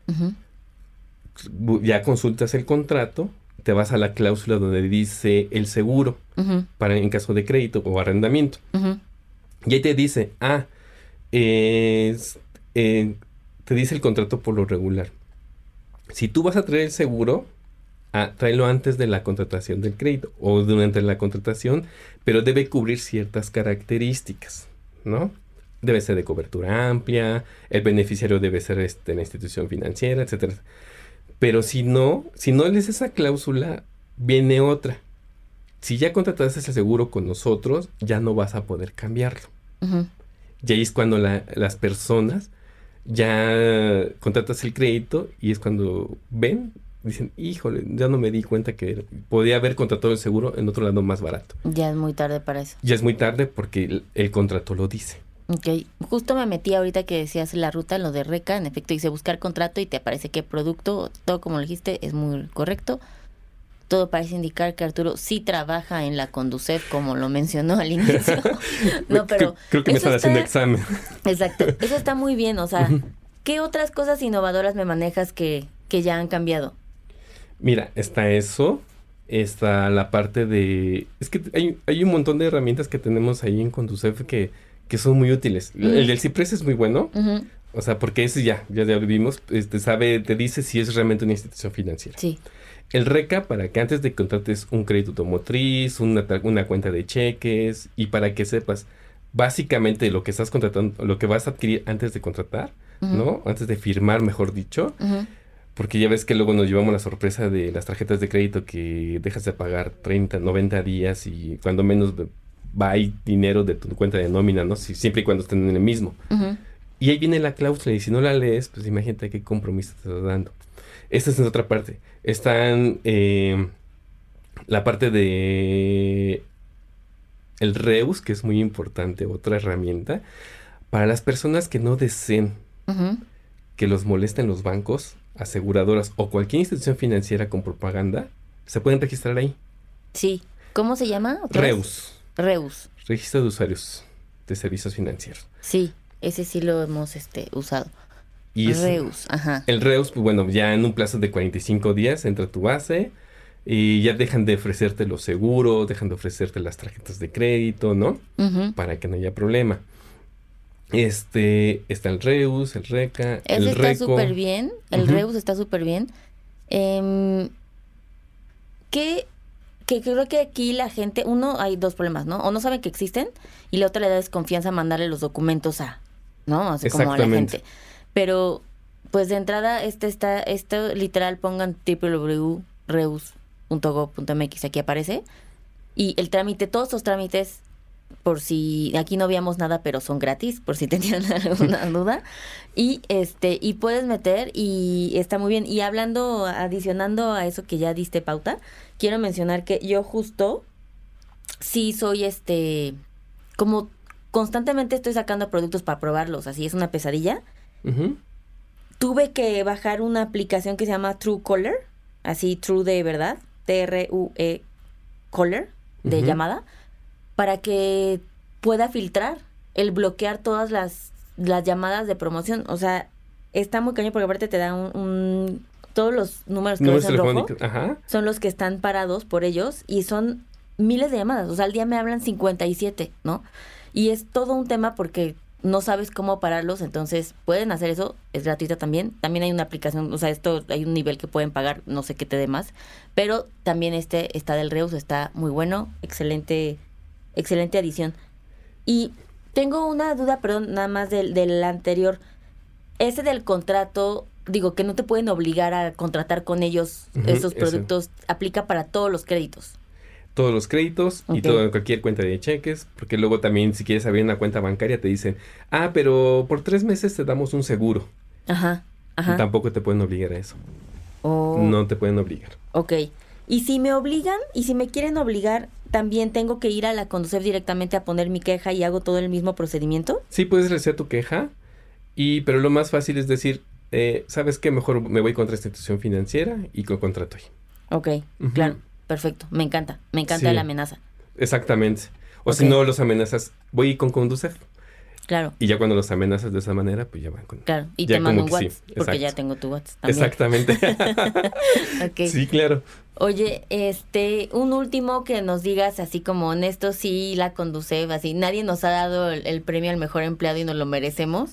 uh-huh. ya consultas el contrato, te vas a la cláusula donde dice el seguro, uh-huh. para en caso de crédito o arrendamiento. Uh-huh. Y ahí te dice, ah, eh, eh, te dice el contrato por lo regular. Si tú vas a traer el seguro, ah, tráelo antes de la contratación del crédito o durante la contratación, pero debe cubrir ciertas características, ¿no? Debe ser de cobertura amplia, el beneficiario debe ser este, la institución financiera, etcétera. Pero si no, si no lees esa cláusula, viene otra. Si ya contrataste ese seguro con nosotros, ya no vas a poder cambiarlo. Uh-huh. Y ahí es cuando la, las personas ya contratas el crédito y es cuando ven, dicen, híjole, ya no me di cuenta que podía haber contratado el seguro en otro lado más barato. Ya es muy tarde para eso. Ya es muy tarde porque el, el contrato lo dice. Ok, justo me metí ahorita que decías la ruta, en lo de RECA, en efecto dice buscar contrato y te aparece qué producto, todo como lo dijiste, es muy correcto. Todo parece indicar que Arturo sí trabaja en la Conducef, como lo mencionó al inicio. No, pero creo, creo que me están está, haciendo examen. Exacto, eso está muy bien, o sea, ¿qué otras cosas innovadoras me manejas que, que ya han cambiado? Mira, está eso, está la parte de... Es que hay, hay un montón de herramientas que tenemos ahí en Conducef que... que son muy útiles. Uh-huh. El del Ciprés es muy bueno. Uh-huh. O sea, porque ese ya, ya, ya lo vimos, este, sabe, te dice si es realmente una institución financiera. Sí. El RECA, para que antes de que contrates un crédito automotriz, una, una cuenta de cheques, y para que sepas básicamente lo que estás contratando, lo que vas a adquirir antes de contratar, uh-huh. ¿no? Antes de firmar, mejor dicho. Uh-huh. Porque ya ves que luego nos llevamos la sorpresa de las tarjetas de crédito que dejas de pagar treinta, noventa días y cuando menos va ahí dinero de tu cuenta de nómina, ¿no? Si, siempre y cuando estén en el mismo. Uh-huh. Y ahí viene la cláusula y si no la lees, pues imagínate qué compromiso te estás dando. Esta es otra parte. Están eh, la parte de el REUS, que es muy importante, otra herramienta, para las personas que no deseen uh-huh. que los molesten los bancos, aseguradoras o cualquier institución financiera con propaganda, se pueden registrar ahí. Sí. ¿Cómo se llama? REUS. REUS. Registro de usuarios de servicios financieros. Sí, ese sí lo hemos este, usado. Y es, REUS, ajá. El REUS, pues bueno, ya en un plazo de cuarenta y cinco días entra a tu base y ya dejan de ofrecerte los seguros, dejan de ofrecerte las tarjetas de crédito, ¿no? Uh-huh. Para que no haya problema. Este, está el REUS, el RECA, Ese el está RECO. súper bien, el uh-huh. REUS está súper bien. Eh, ¿Qué...? Que creo que aquí la gente, uno, hay dos problemas, ¿no? O no saben que existen y la otra le da desconfianza mandarle los documentos a, ¿no? O sea, como a la gente. Pero, pues de entrada, este está, esto literal pongan doble u doble u doble u punto reus punto gob punto m x, aquí aparece. Y el trámite, todos los trámites por si aquí no veíamos nada, pero son gratis, por si tenían alguna duda. Y este y puedes meter y está muy bien. Y hablando, adicionando a eso que ya diste pauta, quiero mencionar que yo justo sí soy este como constantemente estoy sacando productos para probarlos, así es una pesadilla. Uh-huh. Tuve que bajar una aplicación que se llama Truecaller, así True de verdad, T R U E Caller, de uh-huh. llamada, para que pueda filtrar el bloquear todas las, las llamadas de promoción. O sea, está muy cañón porque aparte te da un... un todos los números que ves en rojo Ajá. son los que están parados por ellos y son miles de llamadas. O sea, al día me hablan cincuenta y siete, ¿no? Y es todo un tema porque no sabes cómo pararlos, entonces pueden hacer eso, es gratuita también. También hay una aplicación, o sea, esto hay un nivel que pueden pagar, no sé qué te dé más, pero también este está del Reus, está muy bueno, excelente, excelente adición. Y tengo una duda, perdón, nada más del, del anterior. Ese del contrato, digo, que no te pueden obligar a contratar con ellos uh-huh, esos productos, ese. ¿Aplica para todos los créditos? Todos los créditos okay. y todo, cualquier cuenta de cheques, porque luego también si quieres abrir una cuenta bancaria te dicen, ah, pero por tres meses te damos un seguro. Ajá, ajá. Y tampoco te pueden obligar a eso. Oh. No te pueden obligar. Ok. Y si me obligan, y si me quieren obligar, ¿también tengo que ir a la Conducef directamente a poner mi queja y hago todo el mismo procedimiento? Sí, puedes hacer tu queja, y pero lo más fácil es decir, eh, ¿sabes qué? Mejor me voy contra esta institución financiera y con contrato ahí. Ok, uh-huh. claro. Perfecto, me encanta, me encanta sí, la amenaza. Exactamente. O okay. si no los amenazas, voy con Conducef. Claro. Y ya cuando los amenazas de esa manera, pues ya van con... Claro, y te mando un WhatsApp, sí, porque ya tengo tu WhatsApp también. Exactamente. Okay. Sí, claro. Oye, este, un último que nos digas así como honesto, sí, la Conducef, así, nadie nos ha dado el, el premio al mejor empleado y nos lo merecemos.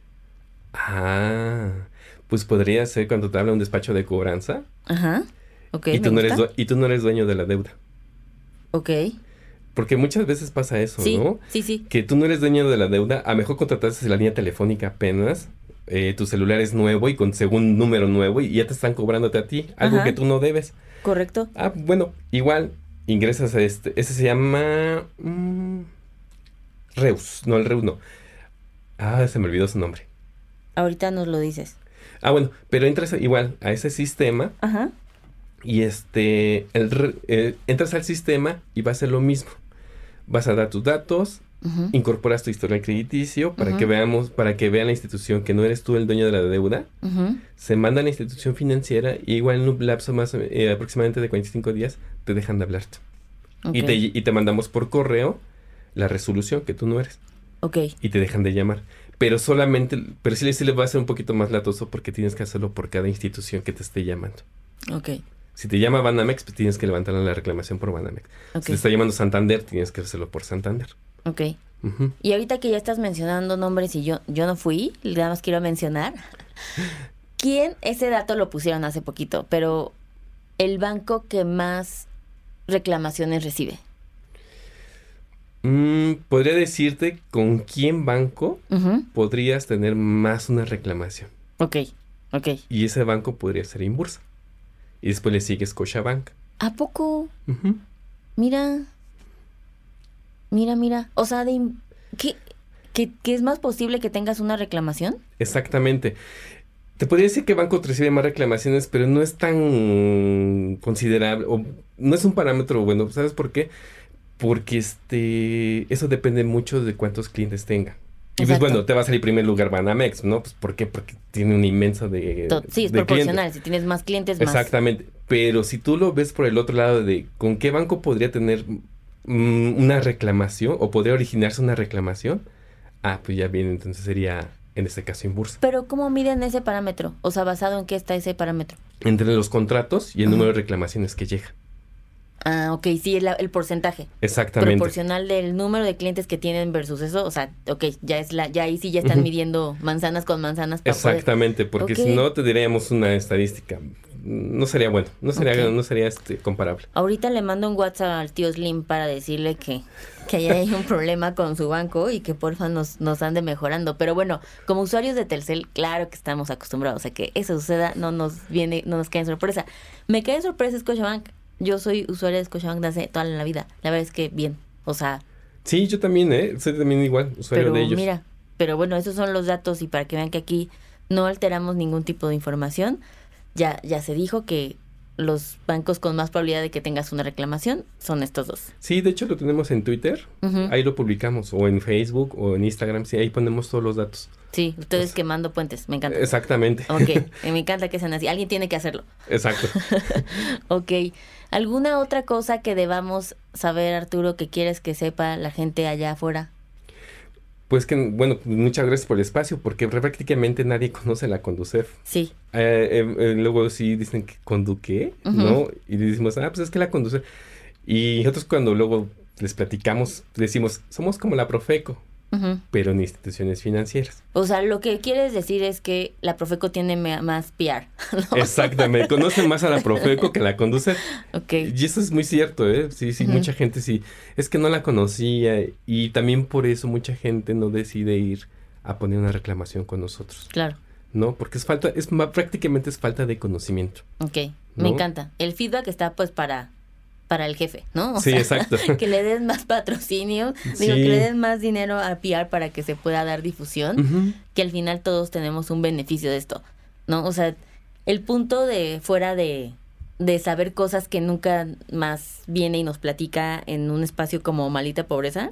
Ah, pues podría ser cuando te habla un despacho de cobranza. Ajá. Okay, y, tú no eres du- y tú no eres dueño de la deuda. Ok. Porque muchas veces pasa eso, sí, ¿no? Sí, sí. Que tú no eres dueño de la deuda. A lo mejor contrataste la línea telefónica apenas. Eh, tu celular es nuevo y con según número nuevo. Y ya te están cobrándote a ti. Algo Ajá. que tú no debes. Correcto. Ah, bueno. Igual ingresas a este. Ese se llama... Mmm, Reus. No, el Reus no. Ah, se me olvidó su nombre. Ahorita nos lo dices. Ah, bueno. Pero entras igual a ese sistema. Ajá. Y este, el, eh, entras al sistema y va a ser lo mismo. Vas a dar tus datos, uh-huh. incorporas tu historial crediticio para uh-huh. que veamos, para que vean la institución que no eres tú el dueño de la deuda. Uh-huh. Se manda a la institución financiera y igual en un lapso más eh, aproximadamente de cuarenta y cinco días te dejan de hablarte. Okay. Y, te, y te mandamos por correo la resolución que tú no eres. Ok. Y te dejan de llamar. Pero solamente, pero sí, sí les va a ser un poquito más latoso porque tienes que hacerlo por cada institución que te esté llamando. Ok. Si te llama Banamex, pues tienes que levantar la reclamación por Banamex. Okay. Si te está llamando Santander, tienes que hacerlo por Santander. Ok. Uh-huh. Y ahorita que ya estás mencionando nombres y yo yo no fui, nada más quiero mencionar. ¿Quién? Ese dato lo pusieron hace poquito, pero el banco que más reclamaciones recibe. Mm, podría decirte con quién banco uh-huh. podrías tener más una reclamación. Ok, ok. Y ese banco podría ser Inbursa. Y después le sigue Scotiabank. ¿A poco? Uh-huh. Mira. Mira, mira. O sea, de, ¿qué, qué, ¿qué es más posible que tengas una reclamación? Exactamente. Te podría decir que banco recibe más reclamaciones, pero no es tan considerable, o no es un parámetro bueno. ¿Sabes por qué? Porque este eso depende mucho de cuántos clientes tenga. Y pues bueno, te va a salir primer lugar Banamex, ¿no? Pues ¿por qué? Porque tiene un inmenso de Sí, es de proporcional. clientes. Si tienes más clientes, más. Exactamente. Pero si tú lo ves por el otro lado de con qué banco podría tener mm, una reclamación o podría originarse una reclamación, ah, pues ya bien, entonces sería en este caso Inbursa. Pero ¿cómo miden ese parámetro? O sea, ¿basado en qué está ese parámetro? Entre los contratos y el uh-huh. número de reclamaciones que llega. Ah, ok, sí, el, el porcentaje. Exactamente. Proporcional del número de clientes que tienen versus eso, o sea, ok, ya es la, ya ahí sí ya están uh-huh. midiendo manzanas con manzanas. Para Exactamente, poder... porque okay. si no te diríamos una estadística, no sería bueno, no sería, okay. no sería este comparable. Ahorita le mando un WhatsApp al tío Slim para decirle que, que ahí hay un problema con su banco y que porfa nos, nos ande mejorando. Pero bueno, como usuarios de Telcel, claro que estamos acostumbrados a que eso suceda, no nos viene, no nos cae en sorpresa. Me cae en sorpresa Scotiabank. Yo soy usuaria de Scotiabank de hace toda la vida. La verdad es que bien, o sea... Sí, yo también, ¿eh? Soy también igual, usuario pero de ellos. Mira, pero bueno, esos son los datos y para que vean que aquí no alteramos ningún tipo de información, ya, ya se dijo que los bancos con más probabilidad de que tengas una reclamación son estos dos. Sí, de hecho lo tenemos en Twitter, uh-huh. Ahí lo publicamos, o en Facebook, o en Instagram, sí, ahí ponemos todos los datos. Sí, ustedes pues, quemando puentes, me encanta. Exactamente. Ok, me encanta que sean así, alguien tiene que hacerlo. Exacto. Ok, ¿alguna otra cosa que debamos saber, Arturo, que quieres que sepa la gente allá afuera? Pues que, bueno, muchas gracias por el espacio, porque prácticamente nadie conoce la Conducef. Sí. Eh, eh, eh, luego sí dicen que ¿Conduqué? Uh-huh. ¿No? Y decimos, ah, pues es que la Conducef. Y nosotros cuando luego les platicamos, decimos, somos como la Profeco, uh-huh. pero en instituciones financieras. O sea, lo que quieres decir es que la Profeco tiene me- más P R, ¿no? Exactamente, conocen más a la Profeco que la Conducef. Ok. Y eso es muy cierto, ¿eh? Sí, sí, uh-huh. Mucha gente sí, es que no la conocía y también por eso mucha gente no decide ir a poner una reclamación con nosotros. Claro. ¿No? Porque es falta, es prácticamente es falta de conocimiento. Ok, ¿no? Me encanta. El feedback está pues para... para el jefe, ¿no? O sí, sea, exacto. Que le den más patrocinio, sí. digo, que le den más dinero a P R para que se pueda dar difusión, uh-huh. que al final todos tenemos un beneficio de esto, ¿no? O sea, el punto de fuera de, de saber cosas que nunca más viene y nos platica en un espacio como Maldita Pobreza,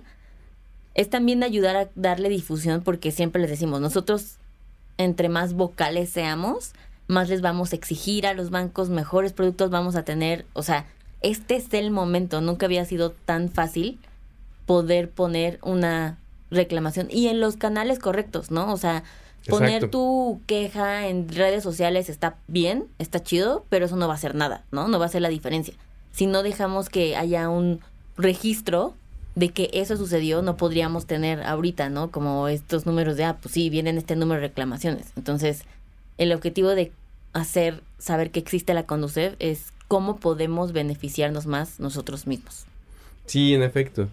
es también ayudar a darle difusión porque siempre les decimos, nosotros entre más vocales seamos, más les vamos a exigir a los bancos, mejores productos vamos a tener, o sea, este es el momento, nunca había sido tan fácil poder poner una reclamación y en los canales correctos, ¿no? O sea, poner Exacto. tu queja en redes sociales está bien, está chido, pero eso no va a hacer nada, ¿no? No va a hacer la diferencia. Si no dejamos que haya un registro de que eso sucedió, no podríamos tener ahorita, ¿no? Como estos números de, ah, pues sí, vienen este número de reclamaciones. Entonces, el objetivo de hacer saber que existe la Conducef es cómo podemos beneficiarnos más nosotros mismos. Sí, en efecto.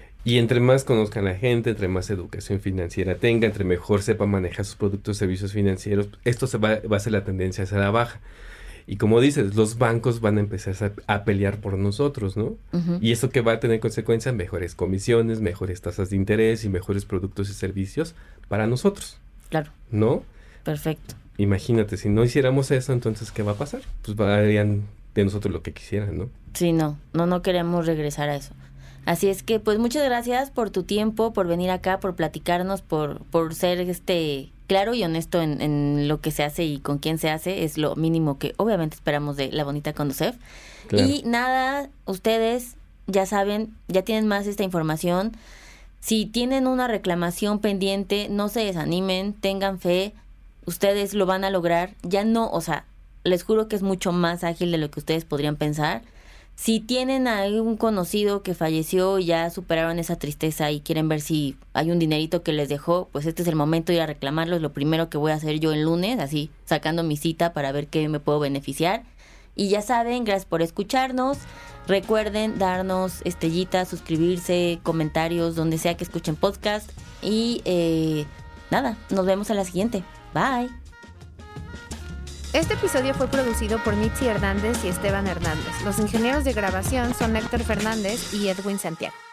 Y entre más conozcan a la gente, entre más educación financiera tenga, entre mejor sepa manejar sus productos y servicios financieros, esto se va, va a ser la tendencia hacia la baja. Y como dices, los bancos van a empezar a, a pelear por nosotros, ¿no? Uh-huh. Y eso que va a tener consecuencias, mejores comisiones, mejores tasas de interés y mejores productos y servicios para nosotros. Claro. ¿No? Perfecto. Imagínate, si no hiciéramos eso, entonces, ¿qué va a pasar? Pues harían de nosotros lo que quisieran, ¿no? Sí, no, no, no queremos regresar a eso. Así es que, pues, muchas gracias por tu tiempo, por venir acá, por platicarnos, por, por ser este claro y honesto en, en lo que se hace y con quién se hace. Es lo mínimo que obviamente esperamos de la bonita Conducef. Claro. Y nada, ustedes ya saben, ya tienen más esta información. Si tienen una reclamación pendiente, no se desanimen, tengan fe, ustedes lo van a lograr. Ya no, o sea, les juro que es mucho más ágil de lo que ustedes podrían pensar. Si tienen a un conocido que falleció y ya superaron esa tristeza y quieren ver si hay un dinerito que les dejó, pues este es el momento de ir a reclamarlo. Es lo primero que voy a hacer yo el lunes, así sacando mi cita para ver qué me puedo beneficiar. Y ya saben, gracias por escucharnos. Recuerden darnos estrellitas, suscribirse, comentarios, donde sea que escuchen podcast. Y eh, nada, nos vemos a la siguiente. Bye. Este episodio fue producido por Mitzi Hernández y Esteban Hernández. Los ingenieros de grabación son Héctor Fernández y Edwin Santiago.